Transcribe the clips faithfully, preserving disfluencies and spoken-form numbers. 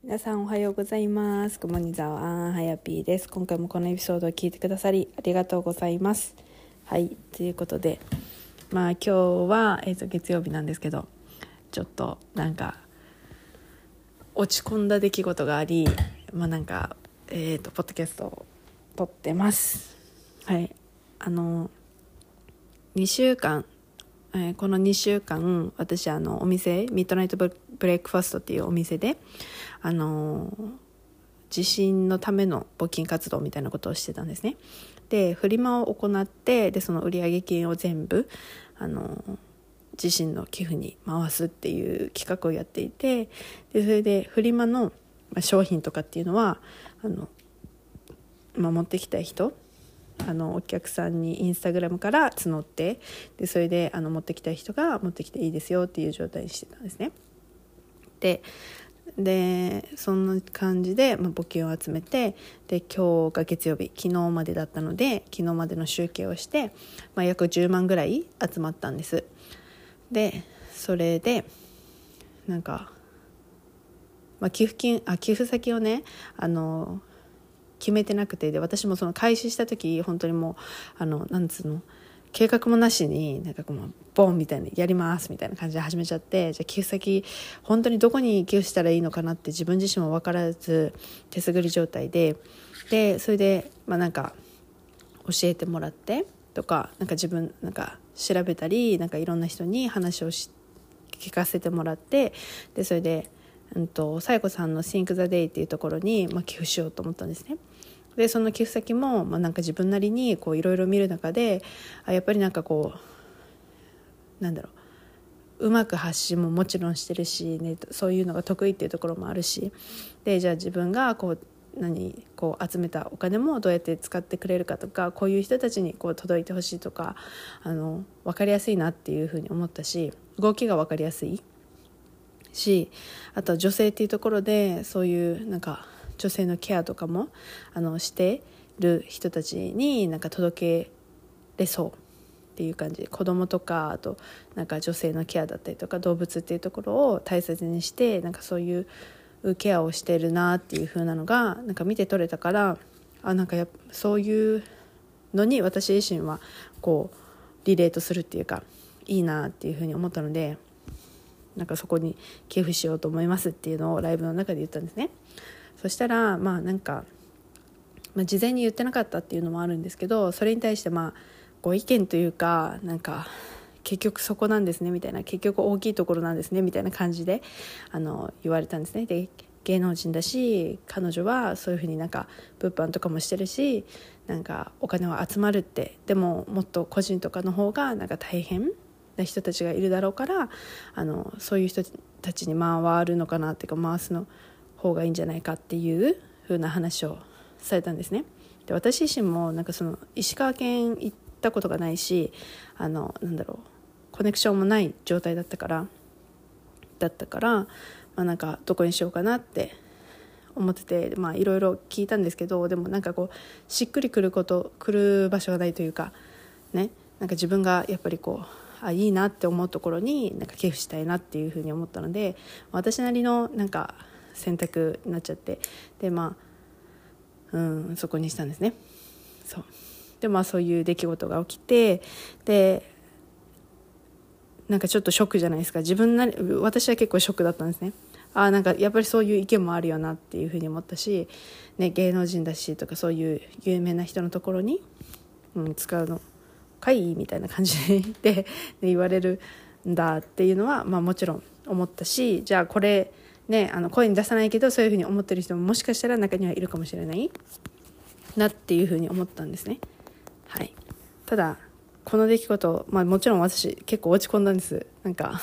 皆さんおはようございます。くもにざわあんはやぴーです。今回もこのエピソードを聞いてくださりありがとうございます。はい、ということでまあ今日は、えー、と月曜日なんですけど、ちょっとなんか落ち込んだ出来事があり、まあなんかえっ、とポッドキャストを撮ってます。はい、あのにしゅうかんえーこのにしゅうかん私あのお店ミッドナイトブレイクファストっていうお店であのー地震のための募金活動みたいなことをしてたんですね。でフリマを行って、でその売上金を全部あのー地震の寄付に回すっていう企画をやっていて、でそれでフリマの、まあ、商品とかっていうのはあの、まあ、持ってきた人あのお客さんにインスタグラムから募って、でそれであの持ってきた人が持ってきていいですよっていう状態にしてたんですね。ででそんな感じで、まあ、募金を集めて、で今日が月曜日、昨日までだったので昨日までの集計をして、まあ、約じゅうまんぐらい集まったんです。でそれでなんか、まあ、寄付金あ寄付先をねあの決めてなくて、で私もその開始した時本当にもうあのなんつうの計画もなしになんかこうボンみたいにやりますみたいな感じで始めちゃって、じゃあ寄付先本当にどこに寄付したらいいのかなって自分自身も分からず手探り状態で、でそれでまあなんか教えてもらってとか、なんか自分なんか調べたり、なんかいろんな人に話をし聞かせてもらって、でそれでうんとさやこさんの Think the Day っていうところに、まあ、寄付しようと思ったんですね。でその寄付先も、まあ、なんか自分なりにこういろいろ見る中で、あやっぱりなんかこうなんだろううまく発信ももちろんしてるし、ね、そういうのが得意っていうところもあるし、でじゃあ自分がこう何こう集めたお金もどうやって使ってくれるかとか、こういう人たちにこう届いてほしいとか、あの分かりやすいなっていうふうに思ったし、動きが分かりやすいし、あとは女性っていうところでそういうなんか女性のケアとかもあのしてる人たちになんか届けれそうっていう感じ、子供とかあとなんか女性のケアだったりとか動物っていうところを大切にして、なんかそういうケアをしてるなっていう風なのがなんか見て取れたから、あなんかやっぱそういうのに私自身はこうリレートするっていうかいいなっていう風に思ったので、なんかそこに寄付しようと思いますっていうのをライブの中で言ったんですね。そしたらまあなんか、まあ、事前に言ってなかったっていうのもあるんですけど、それに対してまあご意見というか、なんか結局そこなんですねみたいな、結局大きいところなんですねみたいな感じであの言われたんですね。で芸能人だし彼女はそういうふうになんか物販とかもしてるし、なんかお金は集まるって、でももっと個人とかの方がなんか大変な人たちがいるだろうから、あのそういう人たちに回るのかなっていうか回すの方がいいんじゃないかっていう風な話をされたんですね。で私自身もなんかその石川県行ったことがないし、あのなんだろうコネクションもない状態だったからだったから、まあ、なんかどこにしようかなって思ってて、まあいろいろ聞いたんですけど、でもなんかこうしっくりくること来る場所がないというかね、なんか自分がやっぱりこうあいいなって思うところになんか寄付したいなっていうふうに思ったので、私なりのなんか選択になっちゃって、でまあうんそこにしたんですね。そうでまあそういう出来事が起きて、でなんかちょっとショックじゃないですか。自分なり私は結構ショックだったんですね。あなんかやっぱりそういう意見もあるよなっていうふうに思ったし、ね、芸能人だしとかそういう有名な人のところに、うん、使うのかいみたいな感じで、で言われるんだっていうのは、まあ、もちろん思ったし、じゃあこれねあの声に出さないけどそういうふうに思ってる人ももしかしたら中にはいるかもしれないなっていうふうに思ったんですね。はい、ただこの出来事、まあ、もちろん私結構落ち込んだんです。なんか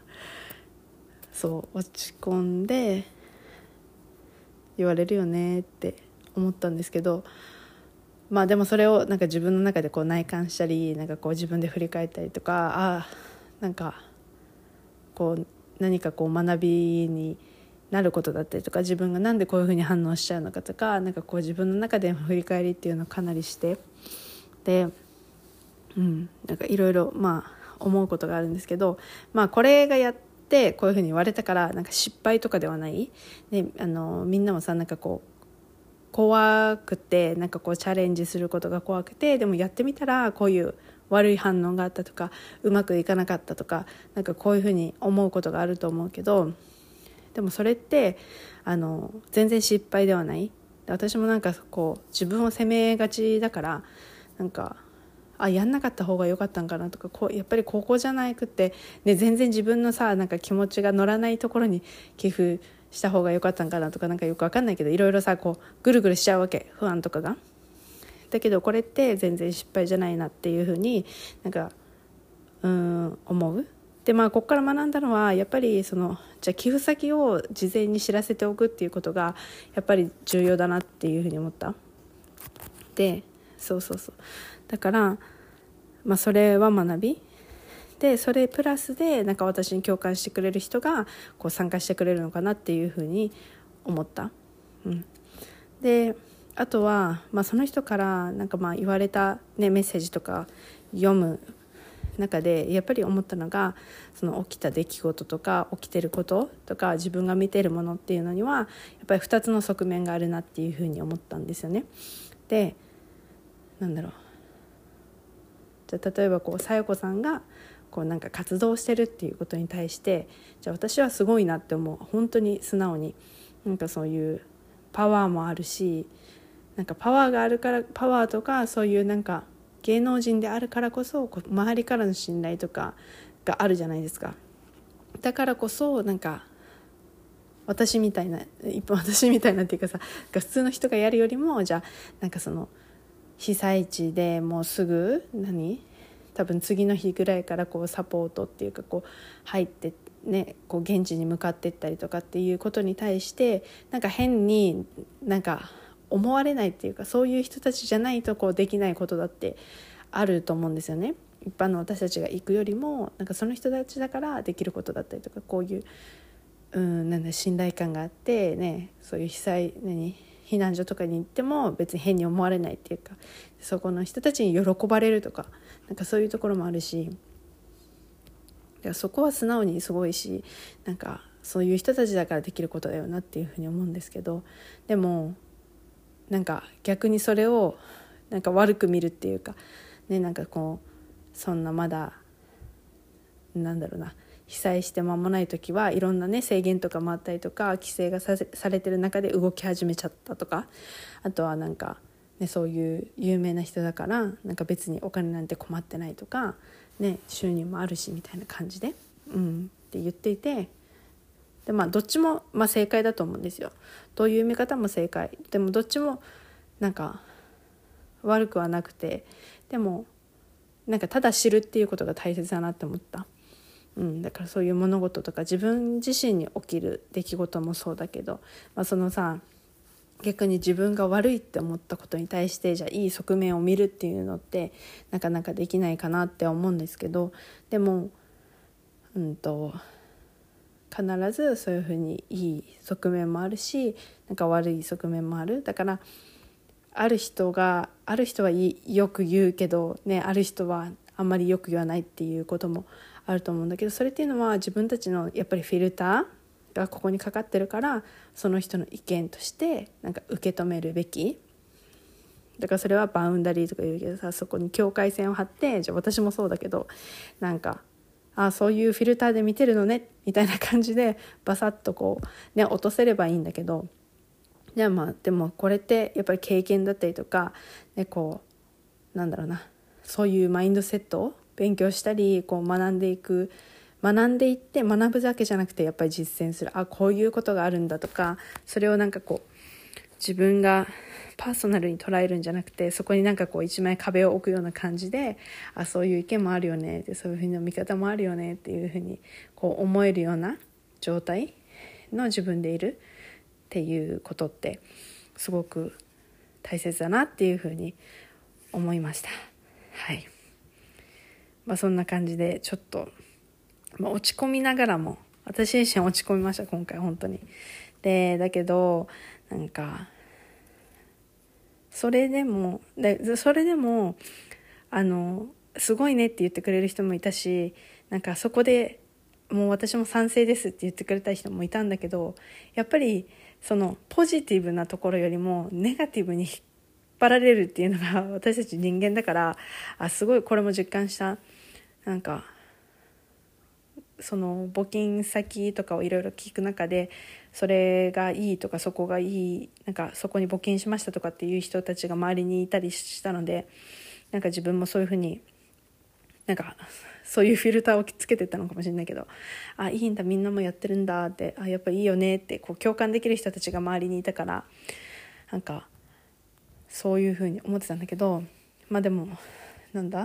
そう落ち込んで言われるよねって思ったんですけど、まあでもそれをなんか自分の中でこう内観したり、なんかこう自分で振り返ったりとか、あなんかこう何かこう学びになることだったりとか、自分がなんでこういうふうに反応しちゃうのかとか、なんかこう自分の中で振り返りっていうのをかなりして、でうんなんかいろいろまあ思うことがあるんですけど、まあこれがやっってこういうふうに言われたからなんか失敗とかではない、ね、あのみんなもさなんかこう怖くてなんかこうチャレンジすることが怖くてでもやってみたらこういう悪い反応があったとかうまくいかなかったとかなんかこういうふうに思うことがあると思うけどでもそれってあの全然失敗ではない。私もなんかこう自分を責めがちだからなんかあやんなかった方が良かったんかなとかこうやっぱりここじゃなくて、ね、全然自分のさなんか気持ちが乗らないところに寄付した方が良かったんかなとかなんかよく分かんないけどいろいろさこうぐるぐるしちゃうわけ不安とかが。だけどこれって全然失敗じゃないなっていうふうになんかうーん思う。でまあここから学んだのはやっぱりそのじゃあ寄付先を事前に知らせておくっていうことがやっぱり重要だなっていうふうに思った。でそうそうそうだから、まあ、それは学びでそれプラスでなんか私に共感してくれる人がこう参加してくれるのかなっていうふうに思った、うん、であとは、まあ、その人からなんかまあ言われた、ね、メッセージとか読む中でやっぱり思ったのがその起きた出来事とか起きてることとか自分が見てるものっていうのにはやっぱりふたつの側面があるなっていうふうに思ったんですよね。でなんだろうじゃあ例えばこうさよこさんがこうなんか活動してるっていうことに対してじゃあ私はすごいなって思う。本当に素直になんかそういうパワーもあるしなんかパワーがあるからパワーとかそういうなんか芸能人であるからこそこう周りからの信頼とかがあるじゃないですか。だからこそなんか私みたいな一般私みたいなっていうかさ普通の人がやるよりもじゃあなんかその被災地でもうすぐ何多分次の日ぐらいからこうサポートっていうかこう入ってねこう現地に向かっていったりとかっていうことに対してなんか変になんか思われないっていうかそういう人たちじゃないとこうできないことだってあると思うんですよね。一般の私たちが行くよりもなんかその人たちだからできることだったりとかこういう、うん、なんだ信頼感があってねそういう被災何避難所とかに行っても別に変に思われないっていうかそこの人たちに喜ばれるとかなんかそういうところもあるしそこは素直にすごいしなんかそういう人たちだからできることだよなっていうふうに思うんですけどでもなんか逆にそれをなんか悪く見るっていうかねなんかこうそんなまだなんだろうな被災して間もない時はいろんなね制限とかもあったりとか規制がさせされてる中で動き始めちゃったとかあとはなんか、ね、そういう有名な人だからなんか別にお金なんて困ってないとか、ね、収入もあるしみたいな感じで、うん、って言っていてで、まあ、どっちも、まあ、正解だと思うんですよ。どういう見方も正解でもどっちもなんか悪くはなくてでもなんかただ知るっていうことが大切だなって思った。うん、だからそういう物事とか自分自身に起きる出来事もそうだけど、まあ、そのさ逆に自分が悪いって思ったことに対してじゃあいい側面を見るっていうのってなかなかできないかなって思うんですけどでも、うんと、必ずそういうふうにいい側面もあるしなんか悪い側面もある。だからある人がある人はよく言うけど、ね、ある人はあんまりよく言わないっていうこともあると思うんだけどそれっていうのは自分たちのやっぱりフィルターがここにかかってるからその人の意見としてなんか受け止めるべきだからそれはバウンダリーとか言うけどさそこに境界線を張ってじゃあ私もそうだけどなんかあそういうフィルターで見てるのねみたいな感じでバサッとこう、ね、落とせればいいんだけどでもまあでもこれってやっぱり経験だったりとか、ね、こうなんだろうなそういうマインドセットを勉強したりこう学んでいく学んでいって学ぶだけじゃなくてやっぱり実践するあこういうことがあるんだとかそれをなんかこう自分がパーソナルに捉えるんじゃなくてそこになんかこう一枚壁を置くような感じであそういう意見もあるよねでそういうふうな見方もあるよねっていうふうにこう思えるような状態の自分でいるっていうことってすごく大切だなっていうふうに思いました。はい、まあ、そんな感じでちょっと、まあ、落ち込みながらも私自身落ち込みました今回本当に。でだけどなんかそれでもでそれでもあのすごいねって言ってくれる人もいたしなんかそこでもう私も賛成ですって言ってくれた人もいたんだけど、やっぱりそのポジティブなところよりもネガティブに引っ張られるっていうのが私たち人間だから、あすごいこれも実感した。なんかその募金先とかをいろいろ聞く中で、それがいいとかそこがいい、なんかそこに募金しましたとかっていう人たちが周りにいたりしたので、なんか自分もそういうふうになんかそういうフィルターをつけてったのかもしれないけど、あいいんだみんなもやってるんだって、あやっぱいいよねってこう共感できる人たちが周りにいたから、なんかそういうふうに思ってたんだけど、まあでもなんだ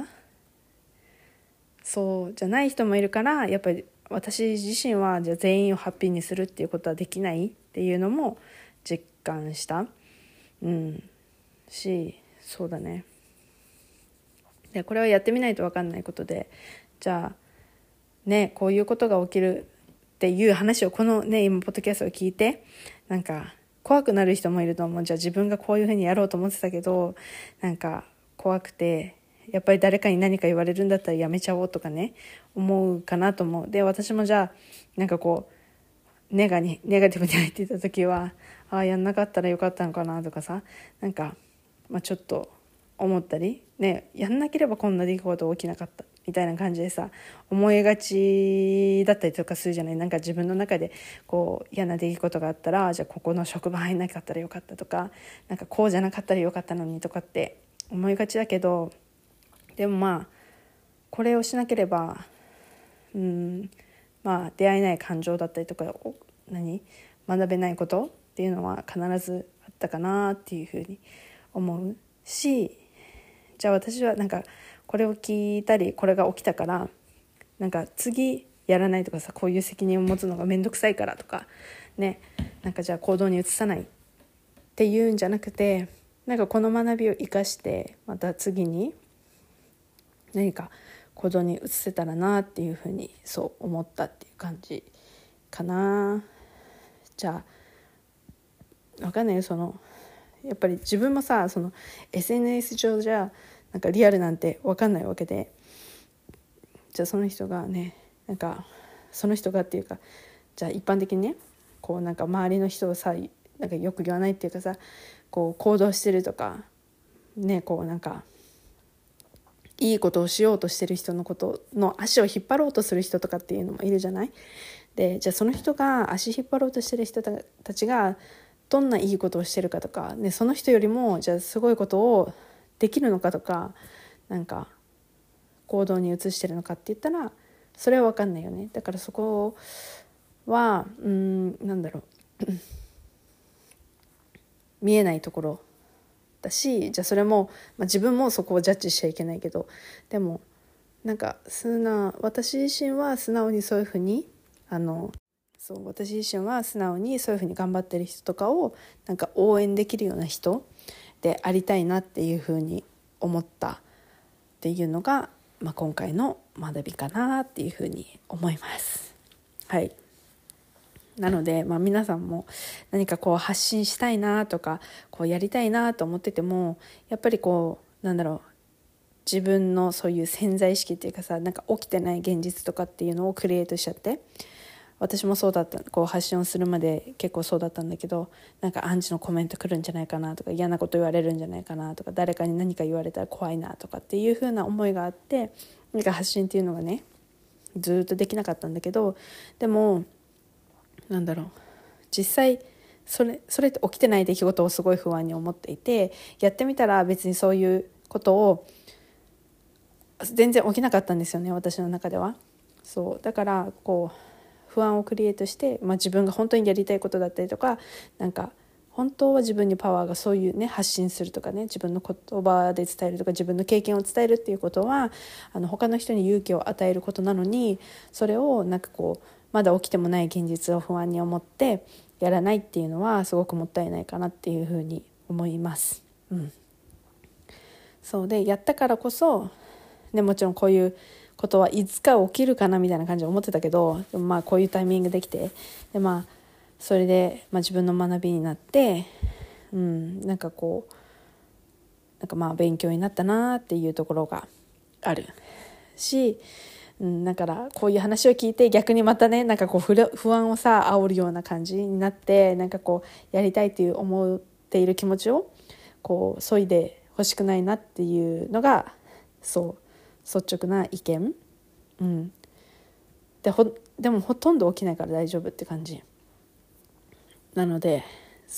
そうじゃない人もいるから、やっぱり私自身はじゃあ全員をハッピーにするっていうことはできないっていうのも実感した。うんし、そうだね。でこれはやってみないと分かんないことで、じゃあねこういうことが起きるっていう話をこのね今ポッドキャストを聞いて、なんか怖くなる人もいると思う。じゃあ自分がこういうふうにやろうと思ってたけど、なんか怖くてやっぱり誰かに何か言われるんだったらやめちゃおうとかね思うかなと思う。で私もじゃあなんかこうネガにネガティブに入っていた時は、ああやんなかったらよかったのかなとかさ、なんか、まあ、ちょっと思ったりね、やんなければこんな出来事起きなかったみたいな感じでさ思いがちだったりとかするじゃない。なんか自分の中でこう嫌な出来事があったら、じゃあここの職場入んなかったらよかったとか、なんかこうじゃなかったらよかったのにとかって思いがちだけど、でもまあこれをしなければうんまあ出会えない感情だったりとか何学べないことっていうのは必ずあったかなっていうふうに思うし、じゃあ私はなんかこれを聞いたりこれが起きたからなんか次やらないとかさ、こういう責任を持つのがめんどくさいからとかね、なんかじゃあ行動に移さないっていうんじゃなくて、なんかこの学びを生かしてまた次に何か行動に移せたらなっていうふうにそう思ったっていう感じかな。じゃあ分かんないよ、そのやっぱり自分もさその エスエヌエス 上じゃなんかリアルなんて分かんないわけで、じゃあその人がねなんかその人がっていうか、じゃあ一般的にねこうなんか周りの人をさなんかよく言わないっていうかさ、こう行動してるとかね、こうなんかいいことをしようとしてる人のことの足を引っ張ろうとする人とかっていうのもいるじゃない。でじゃあその人が足引っ張ろうとしてる人たちがどんないいことをしてるかとか、ね、その人よりもじゃあすごいことをできるのかとか、なんか行動に移してるのかって言ったらそれは分かんないよね。だからそこはうーんなんだろう見えないところだし、じゃあそれも、まあ、自分もそこをジャッジしちゃいけないけど、でもなんか素直私自身は素直にそういうふうにあのそう私自身は素直にそういうふうに頑張ってる人とかをなんか応援できるような人でありたいなっていうふうに思ったっていうのが、まあ、今回の学びかなっていうふうに思います。はい。なので、まあ、皆さんも何かこう発信したいなとかこうやりたいなと思ってても、やっぱりこうなんだろう自分のそういう潜在意識っていうかさ、なんか起きてない現実とかっていうのをクリエイトしちゃって、私もそうだった、こう発信をするまで結構そうだったんだけど、なんかアンチのコメント来るんじゃないかなとか、嫌なこと言われるんじゃないかなとか、誰かに何か言われたら怖いなとかっていう風な思いがあって、なんか発信っていうのがねずっとできなかったんだけど、でもなんだろう実際それそれって起きてない出来事をすごい不安に思っていて、やってみたら別にそういうことを全然起きなかったんですよね、私の中では。そうだからこう不安をクリエイトして、まあ、自分が本当にやりたいことだったりとか、なんか本当は自分にパワーがそういうね発信するとかね、自分の言葉で伝えるとか自分の経験を伝えるっていうことはあの他の人に勇気を与えることなのに、それをなんかこうまだ起きてもない現実を不安に思ってやらないっていうのはすごくもったいないかなっていうふうに思います。うん、そうでやったからこそでもちろんこういうことはいつか起きるかなみたいな感じで思ってたけど、でもまあこういうタイミングできて、でまあそれで、まあ、自分の学びになって、うん、なんかこうなんかまあ勉強になったなっていうところがあるし、 うん、だからこういう話を聞いて逆にまたねなんかこう不不安をさ煽るような感じになってなんかこうやりたいっていう思っている気持ちをこう削いでほしくないなっていうのがそう率直な意見、うん、でほでもほとんど起きないから大丈夫って感じなので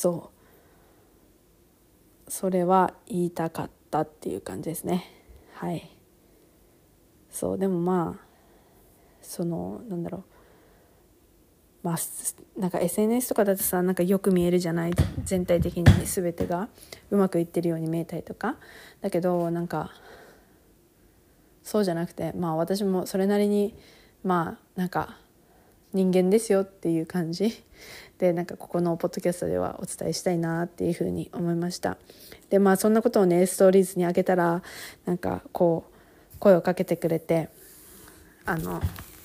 そうそれは言いたかったっていう感じですね。はいそうでもまあそのなんだろうまあなんか エスエヌエス とかだとさなんかよく見えるじゃない全体的に全てがうまくいってるように見えたりとかだけどなんかそうじゃなくてまあ私もそれなりにまあなんか人間ですよっていう感じでなんかここのポッドキャストではお伝えしたいなっていうふうに思いました。でまあそんなことをねストーリーズにあげたらなんかこう声をかけてくれてあの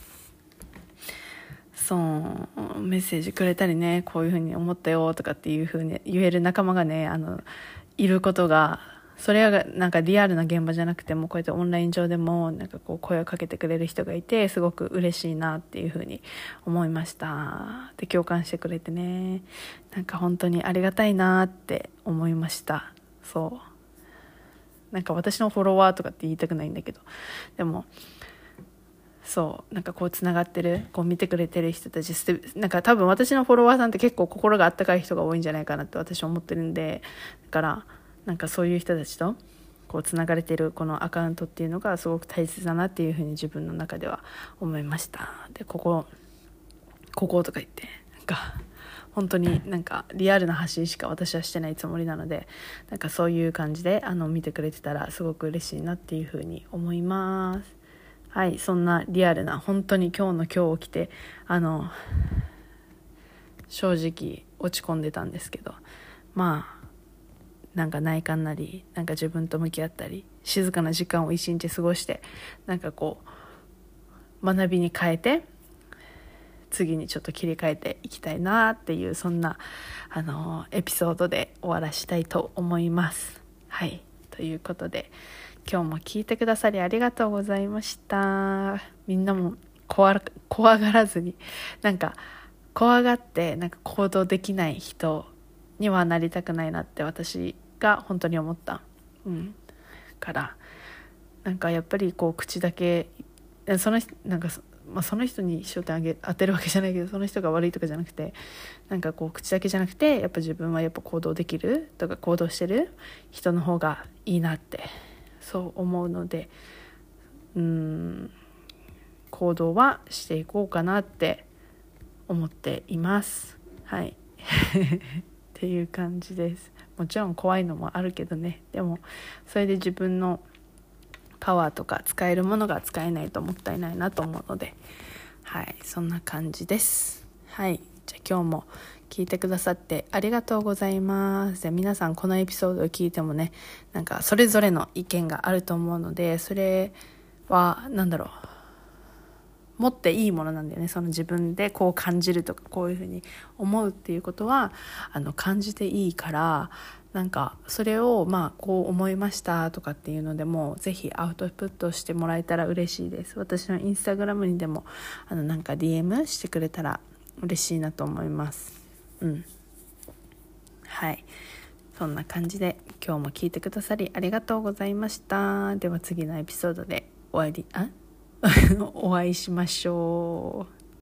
そうメッセージくれたりねこういうふうに思ったよとかっていうふうに言える仲間がねあのいることがそれはなんかリアルな現場じゃなくてもこうやってオンライン上でもなんかこう声をかけてくれる人がいてすごく嬉しいなっていうふうに思いました。で共感してくれてねなんか本当にありがたいなって思いました。そうなんか私のフォロワーとかって言いたくないんだけどでもそうなんかこうつながってるこう見てくれてる人たちなんか多分私のフォロワーさんって結構心があったかい人が多いんじゃないかなって私は思ってるんでだからなんかそういう人たちとこうつながれてるこのアカウントっていうのがすごく大切だなっていうふうに自分の中では思いました。でこここことか言ってなんか本当になんかリアルな発信しか私はしてないつもりなのでなんかそういう感じであの見てくれてたらすごく嬉しいなっていうふうに思います。はい、そんなリアルな本当に今日の今日起きてあの正直落ち込んでたんですけどまあなんか内観なりなんか自分と向き合ったり静かな時間を一日過ごしてなんかこう学びに変えて次にちょっと切り替えていきたいなっていうそんなあのエピソードで終わらしたいと思います。はいということで今日も聞いてくださりありがとうございました。みんなも怖怖がらずになんか怖がってなんか行動できない人にはなりたくないなって私が本当に思った、うん、からなんかやっぱりこう口だけそのなんか、まあ、その人に焦点あげ当てるわけじゃないけどその人が悪いとかじゃなくてなんかこう口だけじゃなくてやっぱ自分はやっぱ行動できるとか行動してる人の方がいいなってそう思うのでうーん行動はしていこうかなって思っています。はいっていう感じです。もちろん怖いのもあるけどねでもそれで自分のパワーとか使えるものが使えないともったいないなと思うのではいそんな感じです。はいじゃあ今日も聞いてくださってありがとうございます。じゃあ皆さんこのエピソードを聞いてもねなんかそれぞれの意見があると思うのでそれはなんだろう持っていいものなんだよね。その自分でこう感じるとかこういうふうに思うっていうことはあの感じていいからなんかそれをまあこう思いましたとかっていうのでもぜひアウトプットしてもらえたら嬉しいです。私のインスタグラムにでもあのなんか ディーエム してくれたら嬉しいなと思います。うんはいそんな感じで今日も聞いてくださりありがとうございました。では次のエピソードでお会いあお会いしましょう。